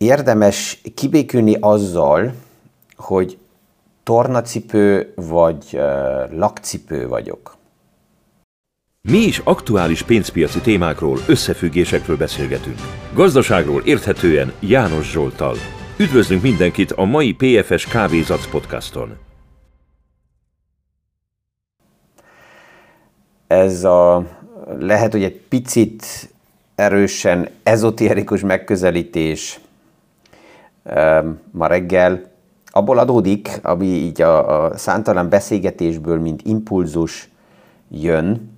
érdemes kibékülni azzal, hogy tornacipő vagy lakcipő vagyok? Mi is aktuális pénzpiaci témákról, összefüggésekről beszélgetünk. Gazdaságról érthetően János Zsolttal. Üdvözlünk mindenkit a mai PFS Kávézac podcaston. Ez lehet, hogy egy picit erősen ezotérikus megközelítés ma reggel abból adódik, ami így a számtalan beszélgetésből, mint impulzus jön.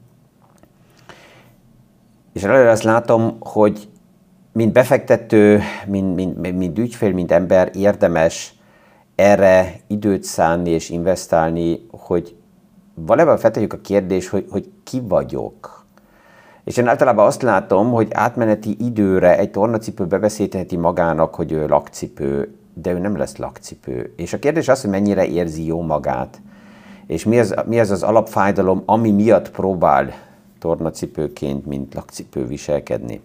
És előre azt látom, hogy mint befektető, mint ügyfél, mint ember érdemes erre időt szánni és investálni, hogy valójában feltegyük a kérdést, hogy ki vagyok. És én általában azt látom, hogy átmeneti időre egy tornacipő bebeszélheti magának, hogy ő lakcipő, de ő nem lesz lakcipő. És a kérdés az, hogy mennyire érzi jó magát, és mi az az alapfájdalom, ami miatt próbál tornacipőként, mint lakcipő viselkedni.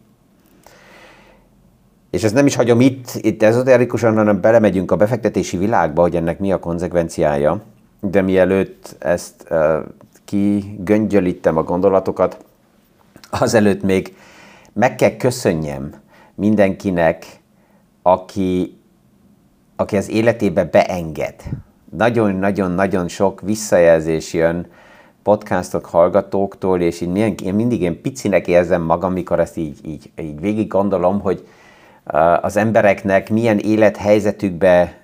És ezt nem is hagyom itt ezoterikusan, hanem belemegyünk a befektetési világba, hogy ennek mi a konzekvenciája. De mielőtt ezt kigöngyölítem a gondolatokat, azelőtt még meg kell köszönjem mindenkinek, aki az életébe beenged. Nagyon-nagyon-nagyon sok visszajelzés jön podcastok hallgatóktól, és én mindig ilyen picinek érzem magam, mikor ezt így végig gondolom, hogy az embereknek milyen élethelyzetükbe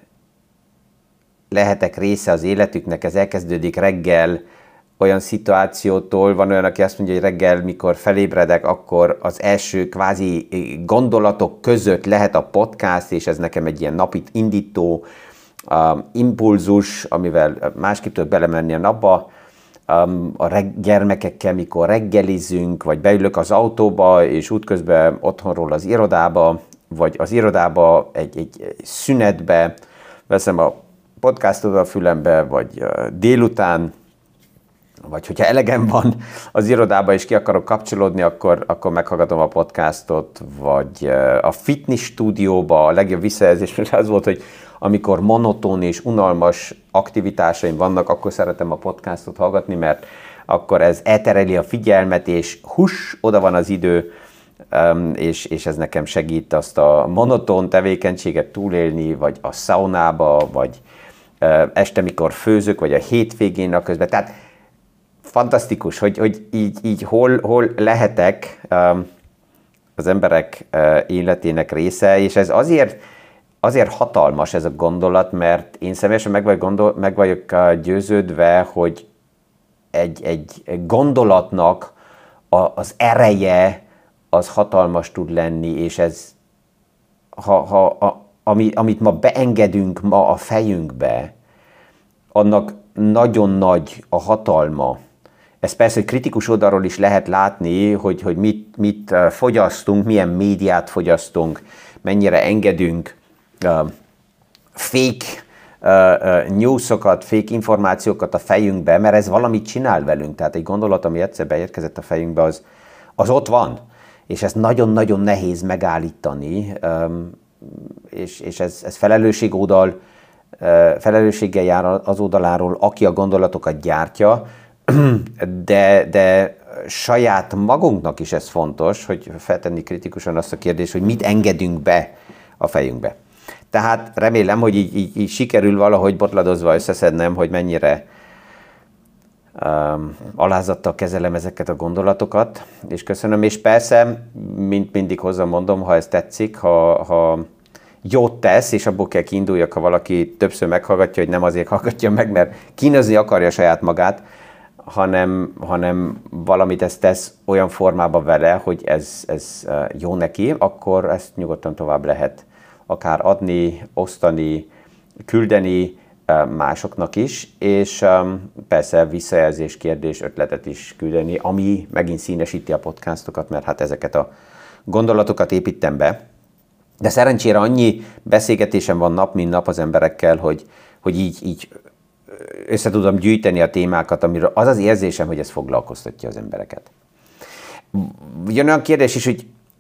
lehetek része az életüknek. Ez elkezdődik reggel olyan szituációtól, van olyan, aki azt mondja, hogy reggel, mikor felébredek, akkor az első kvázi gondolatok között lehet a podcast, és ez nekem egy ilyen napit indító impulzus, amivel másképp tudok belemenni a napba. A gyermekekkel, mikor reggelizünk, vagy beülök az autóba, és útközben otthonról az irodába, vagy az irodába egy szünetbe, veszem a podcastot a fülembe, vagy délután, vagy hogyha elegem van az irodába, és ki akarok kapcsolódni, akkor meghallgatom a podcastot, vagy a fitness stúdióba. A legjobb visszajelzés az volt, hogy amikor monoton és unalmas aktivitásaim vannak, akkor szeretem a podcastot hallgatni, mert akkor ez eltereli a figyelmet, és oda van az idő, és ez nekem segít azt a monoton tevékenységet túlélni, vagy a szaunába, vagy este, mikor főzök, vagy a hétvégén a közben. Tehát fantasztikus, hogy így hol lehetek az emberek életének része, és ez azért hatalmas ez a gondolat, mert én személyesen meg vagyok győződve, hogy egy gondolatnak az ereje az hatalmas tud lenni, és ez, amit ma beengedünk ma a fejünkbe, annak nagyon nagy a hatalma. Ez persze, hogy kritikus oldalról is lehet látni, hogy mit fogyasztunk, milyen médiát fogyasztunk, mennyire engedünk fake newsokat, fake információkat a fejünkbe, mert ez valamit csinál velünk. Tehát egy gondolat, ami egyszer beérkezett a fejünkbe, az ott van. És ezt nagyon-nagyon nehéz megállítani, és ez felelősséggel jár az oldaláról, aki a gondolatokat gyártja, de saját magunknak is ez fontos, hogy feltenni kritikusan azt a kérdést, hogy mit engedünk be a fejünkbe. Tehát remélem, hogy így sikerül valahogy botladozva összeszednem, hogy mennyire alázattal kezelem ezeket a gondolatokat, és köszönöm. És persze, mint mindig hozzá mondom, ha ez tetszik, ha jót tesz, és abból kell kiinduljak, ha valaki többször meghallgatja, hogy nem azért hallgatja meg, mert kínozni akarja saját magát, hanem valamit ezt tesz olyan formában vele, hogy ez jó neki, akkor ezt nyugodtan tovább lehet akár adni, osztani, küldeni másoknak is, és persze visszajelzés, kérdés, ötletet is küldeni, ami megint színesíti a podcastokat, mert hát ezeket a gondolatokat építem be. De szerencsére annyi beszélgetésem van nap, mint nap az emberekkel, hogy így össze tudom gyűjteni a témákat, amiről az az érzésem, hogy ez foglalkoztatja az embereket. Jön olyan kérdés is, hogy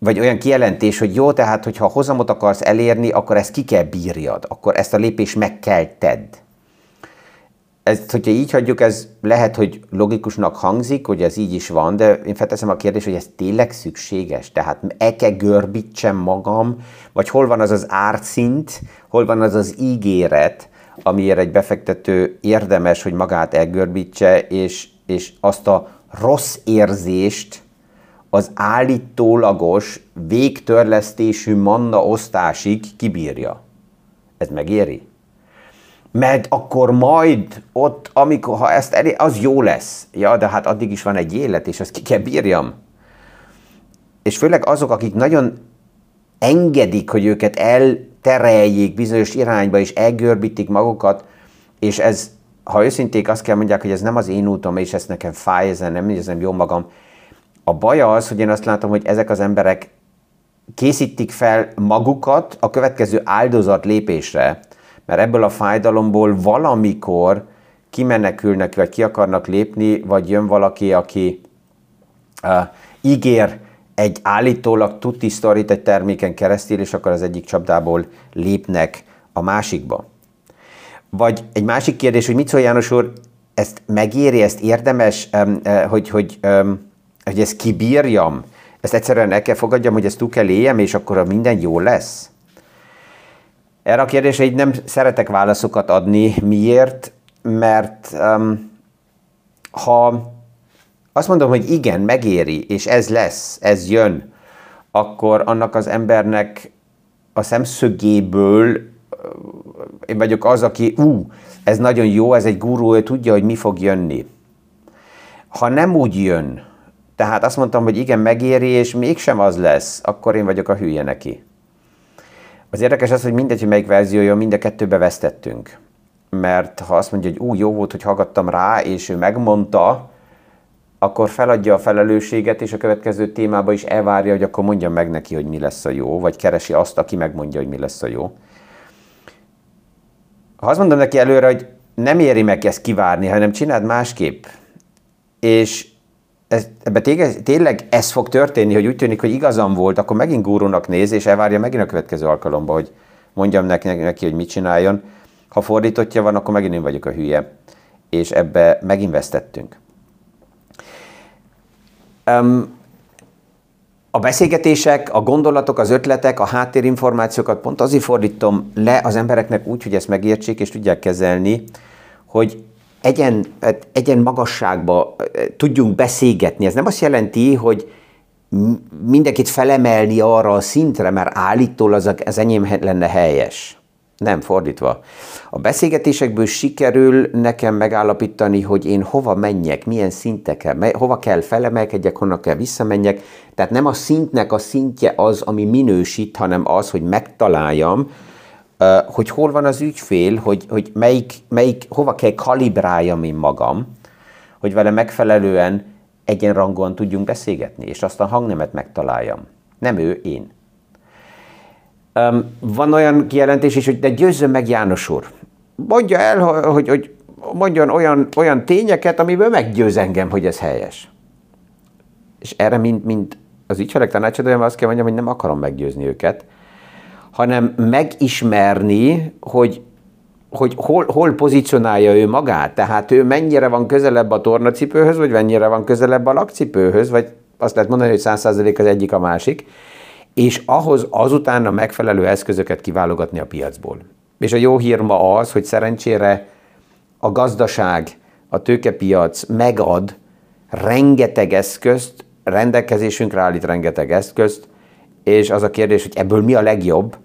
vagy olyan kijelentés, hogy jó, tehát, hogyha hozamot akarsz elérni, akkor ezt ki kell bírjad, akkor ezt a lépést meg kell tedd. Ezt, hogyha így hagyjuk, ez lehet, hogy logikusnak hangzik, hogy ez így is van, de én felteszem a kérdést, hogy ez tényleg szükséges? Tehát el kell görbítsem magam, vagy hol van az az árszint, hol van az az ígéret, amiért egy befektető érdemes, hogy magát elgörbítse, és azt a rossz érzést, az állítólagos végtörlesztésű manna osztásig kibírja. Ez megéri? Mert akkor majd ott, amikor, ha ezt elé, az jó lesz. Ja, de hát addig is van egy élet, és azt ki kell bírjam. És főleg azok, akik nagyon engedik, hogy őket eltereljék bizonyos irányba, és elgörbítik magukat, és ez, ha őszinték, azt kell mondják, hogy ez nem az én útom, és ez nekem fáj, ez nem érzem jó magam. A baj az, hogy én azt látom, hogy ezek az emberek készítik fel magukat a következő áldozat lépésre, mert ebből a fájdalomból valamikor kimenekülnek, vagy ki akarnak lépni, vagy jön valaki, aki ígér egy állítólag tuti sztorit egy terméken keresztül, és akkor az egyik csapdából lépnek a másikba. Vagy egy másik kérdés, hogy mit szól János úr, ezt megéri, ezt érdemes, hogy ezt kibírjam, ezt egyszerűen el kell fogadjam, hogy ezt túl kell éljem, és akkor minden jó lesz? Erre a kérdésre így nem szeretek válaszokat adni. Miért? Mert ha azt mondom, hogy igen, megéri, és ez lesz, ez jön, akkor annak az embernek a szemszögéből én vagyok az, aki ez nagyon jó, ez egy gurú, ő tudja, hogy mi fog jönni. Ha nem úgy jön, tehát azt mondtam, hogy igen, megéri, és mégsem az lesz, akkor én vagyok a hülye neki. Az érdekes az, hogy mindegy, hogy melyik verziója, mind a kettőbe vesztettünk. Mert ha azt mondja, hogy jó volt, hogy hallgattam rá, és ő megmondta, akkor feladja a felelősséget, és a következő témába is elvárja, hogy akkor mondjam meg neki, hogy mi lesz a jó, vagy keresi azt, aki megmondja, hogy mi lesz a jó. Ha azt mondom neki előre, hogy nem éri meg ezt kivárni, hanem csináld másképp, és ebben tényleg ez fog történni, hogy úgy tűnik, hogy igazam volt, akkor megint gurúnak néz, és elvárja megint a következő alkalomba, hogy mondjam neki, hogy mit csináljon. Ha fordítottja van, akkor megint én vagyok a hülye, és ebbe megint vesztettünk. A beszélgetések, a gondolatok, az ötletek, a háttérinformációkat pont azért fordítom le az embereknek úgy, hogy ezt megértsék és tudják kezelni, hogy egyen magasságba tudjunk beszélgetni. Ez nem azt jelenti, hogy mindenkit felemelni arra a szintre, mert állítólag az enyém lenne helyes. Nem, fordítva. A beszélgetésekből sikerül nekem megállapítani, hogy én hova menjek, milyen szintekkel, hova kell felemelkedjek, honnan kell visszamenjek. Tehát nem a szintnek a szintje az, ami minősít, hanem az, hogy megtaláljam, hogy hol van az ügyfél, hogy hova kell kalibráljam én magam, hogy vele megfelelően egyenrangúan tudjunk beszélgetni, és azt a hangnemet megtaláljam. Nem ő, én. Van olyan kijelentés is, hogy de győzzön meg János úr. Mondja el, hogy mondjon olyan tényeket, amiből meggyőz engem, hogy ez helyes. És erre mint az ügyfelek tanácsadója, azt kell mondjam, hogy nem akarom meggyőzni őket, hanem megismerni, hogy hol pozícionálja ő magát. Tehát ő mennyire van közelebb a tornacipőhöz, vagy mennyire van közelebb a lakcipőhöz, vagy azt lehet mondani, hogy 100% az egyik a másik, és ahhoz azután a megfelelő eszközöket kiválogatni a piacból. És a jó hír ma az, hogy szerencsére a gazdaság, a tőkepiac megad rengeteg eszközt, rendelkezésünkre állít rengeteg eszközt, és az a kérdés, hogy ebből mi a legjobb,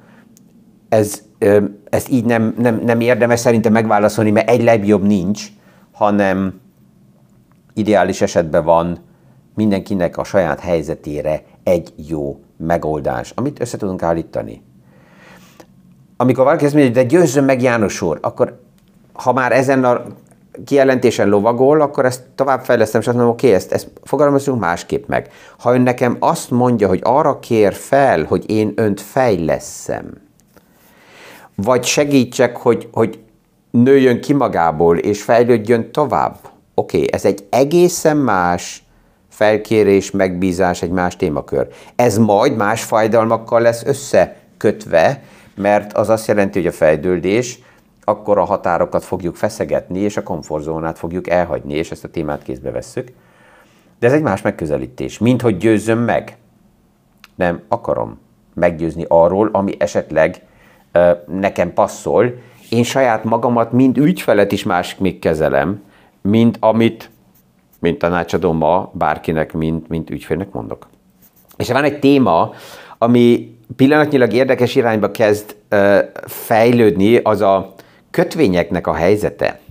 ezt így nem érdemes szerintem megválaszolni, mert egy legjobb nincs, hanem ideális esetben van mindenkinek a saját helyzetére egy jó megoldás, amit össze tudunk állítani. Amikor valaki azt mondja, hogy de győzzön meg János úr, akkor ha már ezen a kijelentésen lovagol, akkor ezt továbbfejlesztem, és azt mondom, oké, ezt fogalmazunk másképp meg. Ha ön nekem azt mondja, hogy arra kér fel, hogy én önt fejlesszem, vagy segítsek, hogy nőjön ki magából, és fejlődjön tovább. Oké, ez egy egészen más felkérés, megbízás egy más témakör. Ez majd más fájdalmakkal lesz összekötve, mert az azt jelenti, hogy a fejlődés, akkor a határokat fogjuk feszegetni, és a komfortzónát fogjuk elhagyni, és ezt a témát kézbe vesszük. De ez egy más megközelítés. Mint hogy győzzöm meg. Nem akarom meggyőzni arról, ami esetleg nekem passzol. Én saját magamat, mind ügyfelet is másképp kezelem, mint amit, mint tanácsadó ma bárkinek, mint ügyfélnek mondok. És van egy téma, ami pillanatnyilag érdekes irányba kezd fejlődni, az a kötvényeknek a helyzete.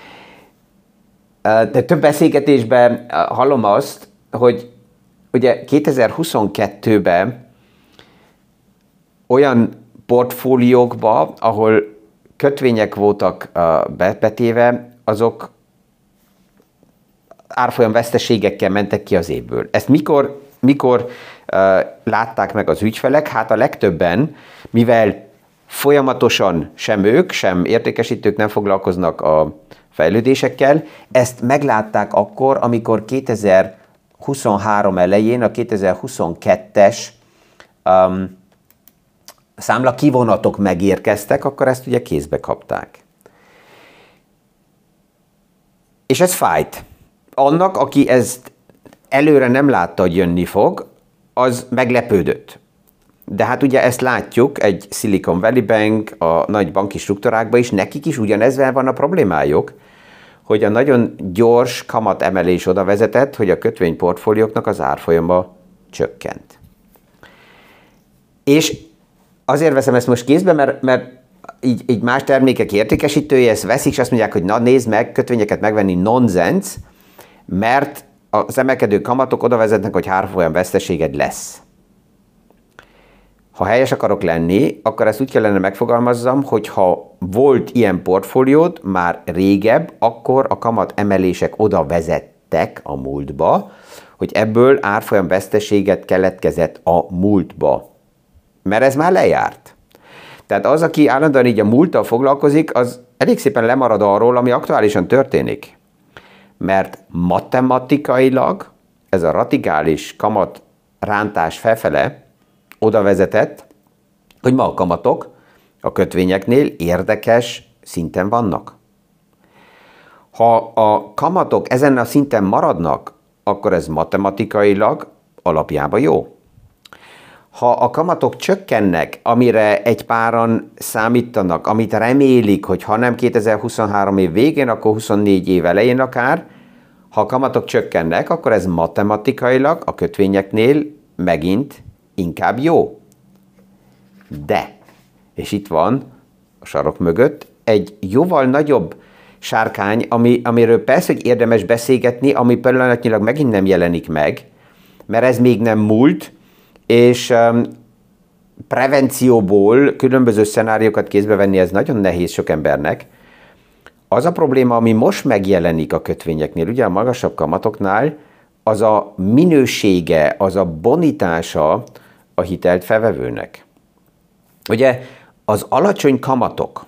De több beszélgetésben hallom azt, hogy ugye 2022-ben olyan portfóliókba, ahol kötvények voltak betéve, azok árfolyam veszteségekkel mentek ki az évből. Ezt mikor látták meg az ügyfelek? Hát a legtöbben, mivel folyamatosan sem ők, sem értékesítők nem foglalkoznak a fejlődésekkel, ezt meglátták akkor, amikor 2023 elején a 2022-es számla kivonatok megérkeztek, akkor ezt ugye kézbe kapták. És ez fájt. Annak, aki ezt előre nem látta, hogy jönni fog, az meglepődött. De hát ugye ezt látjuk egy Silicon Valley Bank, a nagy banki struktúrákban is, nekik is ugyanezzel van a problémájuk, hogy a nagyon gyors kamatemelés oda vezetett, hogy a kötvényportfólióknak az árfolyama csökkent. És azért veszem ezt most kézbe, mert így más termékek értékesítői ezt veszik, és azt mondják, hogy na nézd meg, kötvényeket megvenni nonsens, mert az emelkedő kamatok oda vezetnek, hogy árfolyam veszteséged lesz. Ha helyes akarok lenni, akkor ezt úgy kellene megfogalmazzam, hogy ha volt ilyen portfóliód már régebb, akkor a kamat emelések oda vezettek a múltba, hogy ebből árfolyam veszteséget keletkezett a múltba. Mert ez már lejárt. Tehát az, aki állandóan így a múlttal foglalkozik, az elég szépen lemarad arról, ami aktuálisan történik. Mert matematikailag ez a radikális kamat rántás felfele oda vezetett, hogy ma a kamatok a kötvényeknél érdekes szinten vannak. Ha a kamatok ezen a szinten maradnak, akkor ez matematikailag alapjában jó. Ha a kamatok csökkennek, amire egy páran számítanak, amit remélik, hogy ha nem 2023 év végén, akkor 24 év elején akár, ha a kamatok csökkennek, akkor ez matematikailag a kötvényeknél megint inkább jó. De, és itt van a sarok mögött egy jóval nagyobb sárkány, amiről persze, hogy érdemes beszélgetni, ami pillanatnyilag megint nem jelenik meg, mert ez még nem múlt, és prevencióból különböző szenáriókat kézbe venni, ez nagyon nehéz sok embernek. Az a probléma, ami most megjelenik a kötvényeknél, ugye a magasabb kamatoknál, az a minősége, az a bonitása a hitelt felvevőnek. Ugye az alacsony kamatok,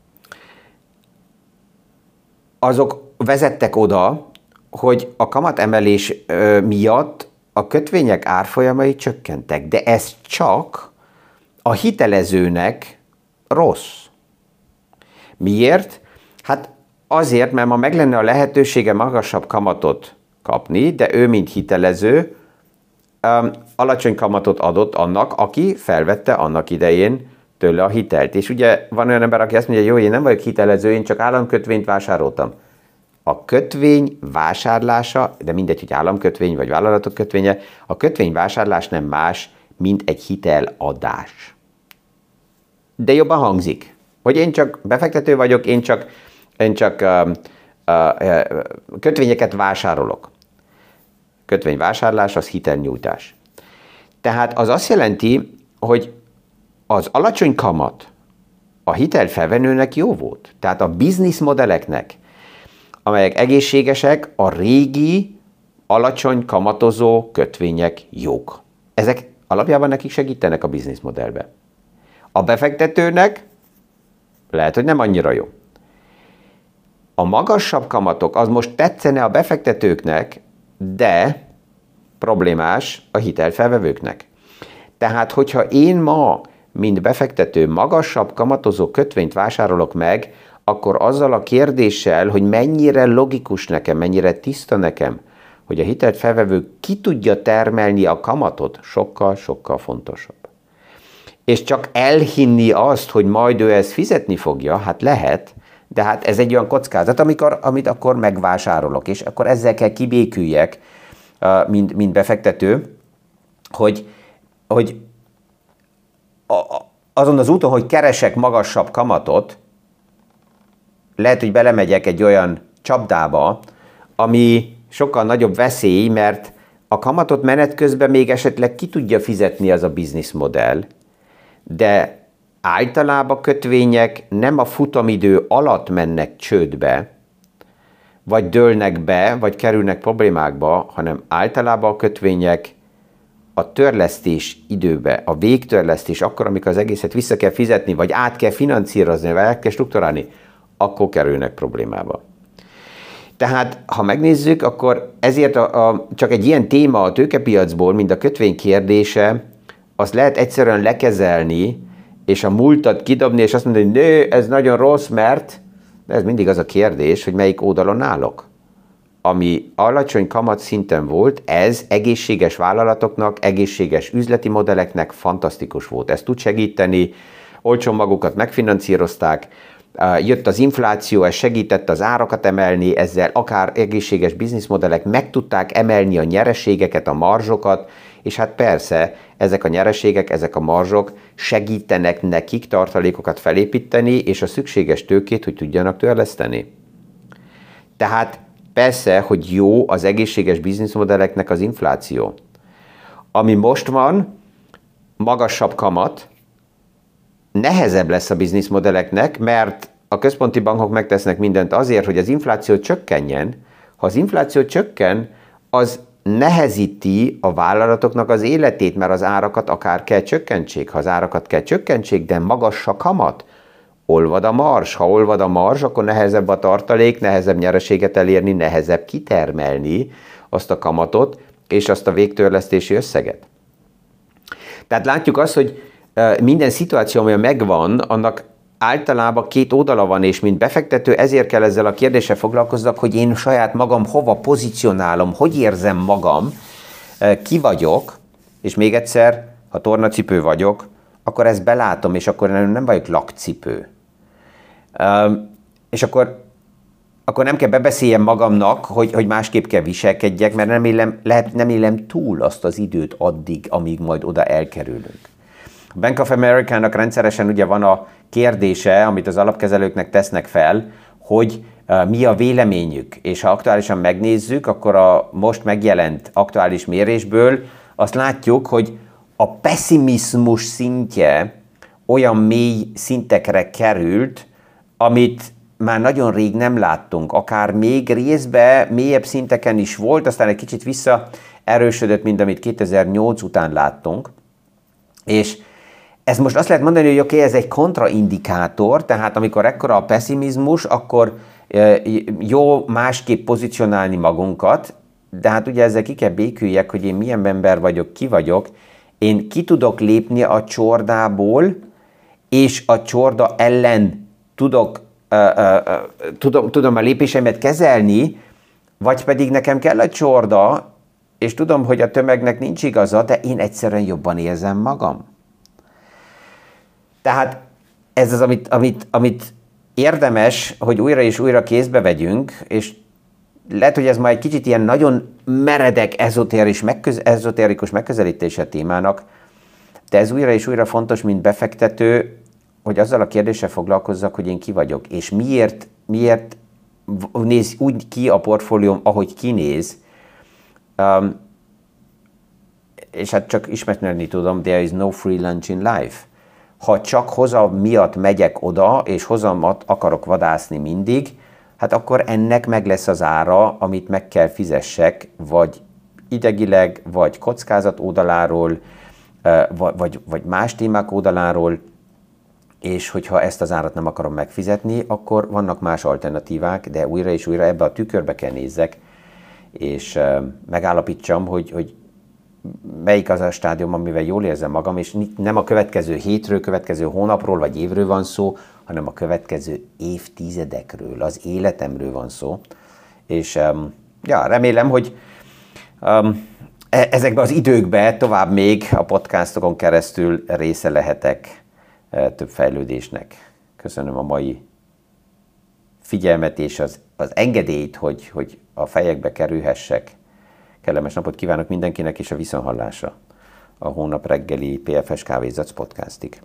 azok vezettek oda, hogy a kamatemelés miatt a kötvények árfolyamai csökkentek, de ez csak a hitelezőnek rossz. Miért? Hát azért, mert ma meg lenne a lehetősége magasabb kamatot kapni, de ő, mint hitelező, alacsony kamatot adott annak, aki felvette annak idején tőle a hitelt. És ugye van olyan ember, aki azt mondja, jó, én nem vagyok hitelező, én csak államkötvényt vásároltam. A kötvény vásárlása, de mindegy, hogy államkötvény vagy vállalatok kötvénye, a kötvény vásárlás nem más, mint egy hiteladás. De jobban hangzik, hogy én csak befektető vagyok, én csak kötvényeket vásárolok. Kötvényvásárlás az hitelnyújtás. Tehát az azt jelenti, hogy az alacsony kamat a hitelfelvevőnek jó volt. Tehát a bizniszmodelleknek, amelyek egészségesek, a régi, alacsony kamatozó kötvények jók. Ezek alapjában nekik segítenek a bizniszmodellbe. A befektetőnek lehet, hogy nem annyira jó. A magasabb kamatok, az most tetszene a befektetőknek, de problémás a hitelfelvevőknek. Tehát, hogyha én ma, mint befektető, magasabb kamatozó kötvényt vásárolok meg, akkor azzal a kérdéssel, hogy mennyire logikus nekem, mennyire tiszta nekem, hogy a hitelt felvevő ki tudja termelni a kamatot, sokkal-sokkal fontosabb. És csak elhinni azt, hogy majd ő ezt fizetni fogja, hát lehet, de hát ez egy olyan kockázat, amit akkor megvásárolok, és akkor ezzel kell kibéküljek, mint befektető, hogy azon az úton, hogy keresek magasabb kamatot, lehet, hogy belemegyek egy olyan csapdába, ami sokkal nagyobb veszély, mert a kamatot menet közben még esetleg ki tudja fizetni az a bizniszmodell, de általában kötvények nem a futamidő alatt mennek csődbe, vagy dőlnek be, vagy kerülnek problémákba, hanem általában a kötvények a törlesztés időbe, a végtörlesztés, akkor, amikor az egészet vissza kell fizetni, vagy át kell finanszírozni, vagy át kell strukturálni, akkor kerülnek problémába. Tehát, ha megnézzük, akkor ezért csak egy ilyen téma a tőkepiacból, mint a kötvény kérdése, azt lehet egyszerűen lekezelni, és a múltat kidobni, és azt mondani, hogy nő, ez nagyon rossz, mert de ez mindig az a kérdés, hogy melyik oldalon állok. Ami alacsony kamat szinten volt, ez egészséges vállalatoknak, egészséges üzleti modelleknek fantasztikus volt. Ez tud segíteni, olcsón magukat megfinanszírozták, jött az infláció, ez segített az árakat emelni, ezzel akár egészséges bizniszmodellek meg tudták emelni a nyereségeket, a marzsokat, és hát persze ezek a nyereségek, ezek a marzsok segítenek nekik tartalékokat felépíteni, és a szükséges tőkét, hogy tudjanak törleszteni. Tehát persze, hogy jó az egészséges bizniszmodelleknek az infláció. Ami most van, magasabb kamat, nehezebb lesz a bizniszmodelleknek, mert a központi bankok megtesznek mindent azért, hogy az infláció csökkenjen. Ha az infláció csökken, az nehezíti a vállalatoknak az életét, mert az árakat akár kell csökkentsék. Ha az árakat kell csökkentsék, de magas a kamat, olvad a marzs. Ha olvad a marzs, akkor nehezebb a tartalék, nehezebb nyereséget elérni, nehezebb kitermelni azt a kamatot és azt a végtörlesztési összeget. Tehát látjuk azt, hogy minden szituáció, amely megvan, annak általában két oldala van, és mint befektető ezért kell ezzel a kérdéssel foglalkozzak, hogy én saját magam hova pozícionálom, hogy érzem magam, ki vagyok, és még egyszer, ha tornacipő vagyok, akkor ezt belátom, és akkor nem vagyok lakcipő. És akkor nem kell bebeszéljem magamnak, hogy másképp kell viselkedjek, mert nem élem túl azt az időt addig, amíg majd oda elkerülünk. A Bank of America-nak rendszeresen ugye van a kérdése, amit az alapkezelőknek tesznek fel, hogy mi a véleményük, és ha aktuálisan megnézzük, akkor a most megjelent aktuális mérésből azt látjuk, hogy a pessimizmus szintje olyan mély szintekre került, amit már nagyon rég nem láttunk, akár még részben mélyebb szinteken is volt, aztán egy kicsit visszaerősödött, mint amit 2008 után láttunk, és ez most azt lehet mondani, hogy oké, ez egy kontraindikátor, tehát amikor ekkora a pessimizmus, akkor jó másképp pozícionálni magunkat, de hát ugye ezzel ki kell béküljek, hogy én milyen ember vagyok, ki vagyok, én ki tudok lépni a csordából, és a csorda ellen tudom a lépéseimet kezelni, vagy pedig nekem kell a csorda, és tudom, hogy a tömegnek nincs igaza, de én egyszerűen jobban érzem magam. Tehát ez az, amit érdemes, hogy újra és újra kézbe vegyünk, és lehet, hogy ez már egy kicsit ilyen nagyon meredek, ezoterikus megközelítése a témának, de ez újra és újra fontos, mint befektető, hogy azzal a kérdéssel foglalkozzak, hogy én ki vagyok, és miért néz úgy ki a portfólióm, ahogy kinéz, és hát csak ismerni tudom, there is no free lunch in life. Ha csak hozam miatt megyek oda, és hozamat akarok vadászni mindig, hát akkor ennek meg lesz az ára, amit meg kell fizessek, vagy idegileg, vagy kockázat oldaláról, vagy más témák oldaláról, és hogyha ezt az árat nem akarom megfizetni, akkor vannak más alternatívák, de újra és újra ebbe a tükörbe kell nézzek, és megállapítsam, hogy melyik az a stádium, amivel jól érzem magam, és nem a következő hétről, következő hónapról vagy évről van szó, hanem a következő évtizedekről, az életemről van szó. És remélem, hogy ezekben az időkben tovább még a podcastokon keresztül része lehetek több fejlődésnek. Köszönöm a mai figyelmet és az engedélyt, hogy a fejekbe kerülhessek. Kellemes napot kívánok mindenkinek, és a viszonthallásra a hónap reggeli PFS Kávézac podcastig.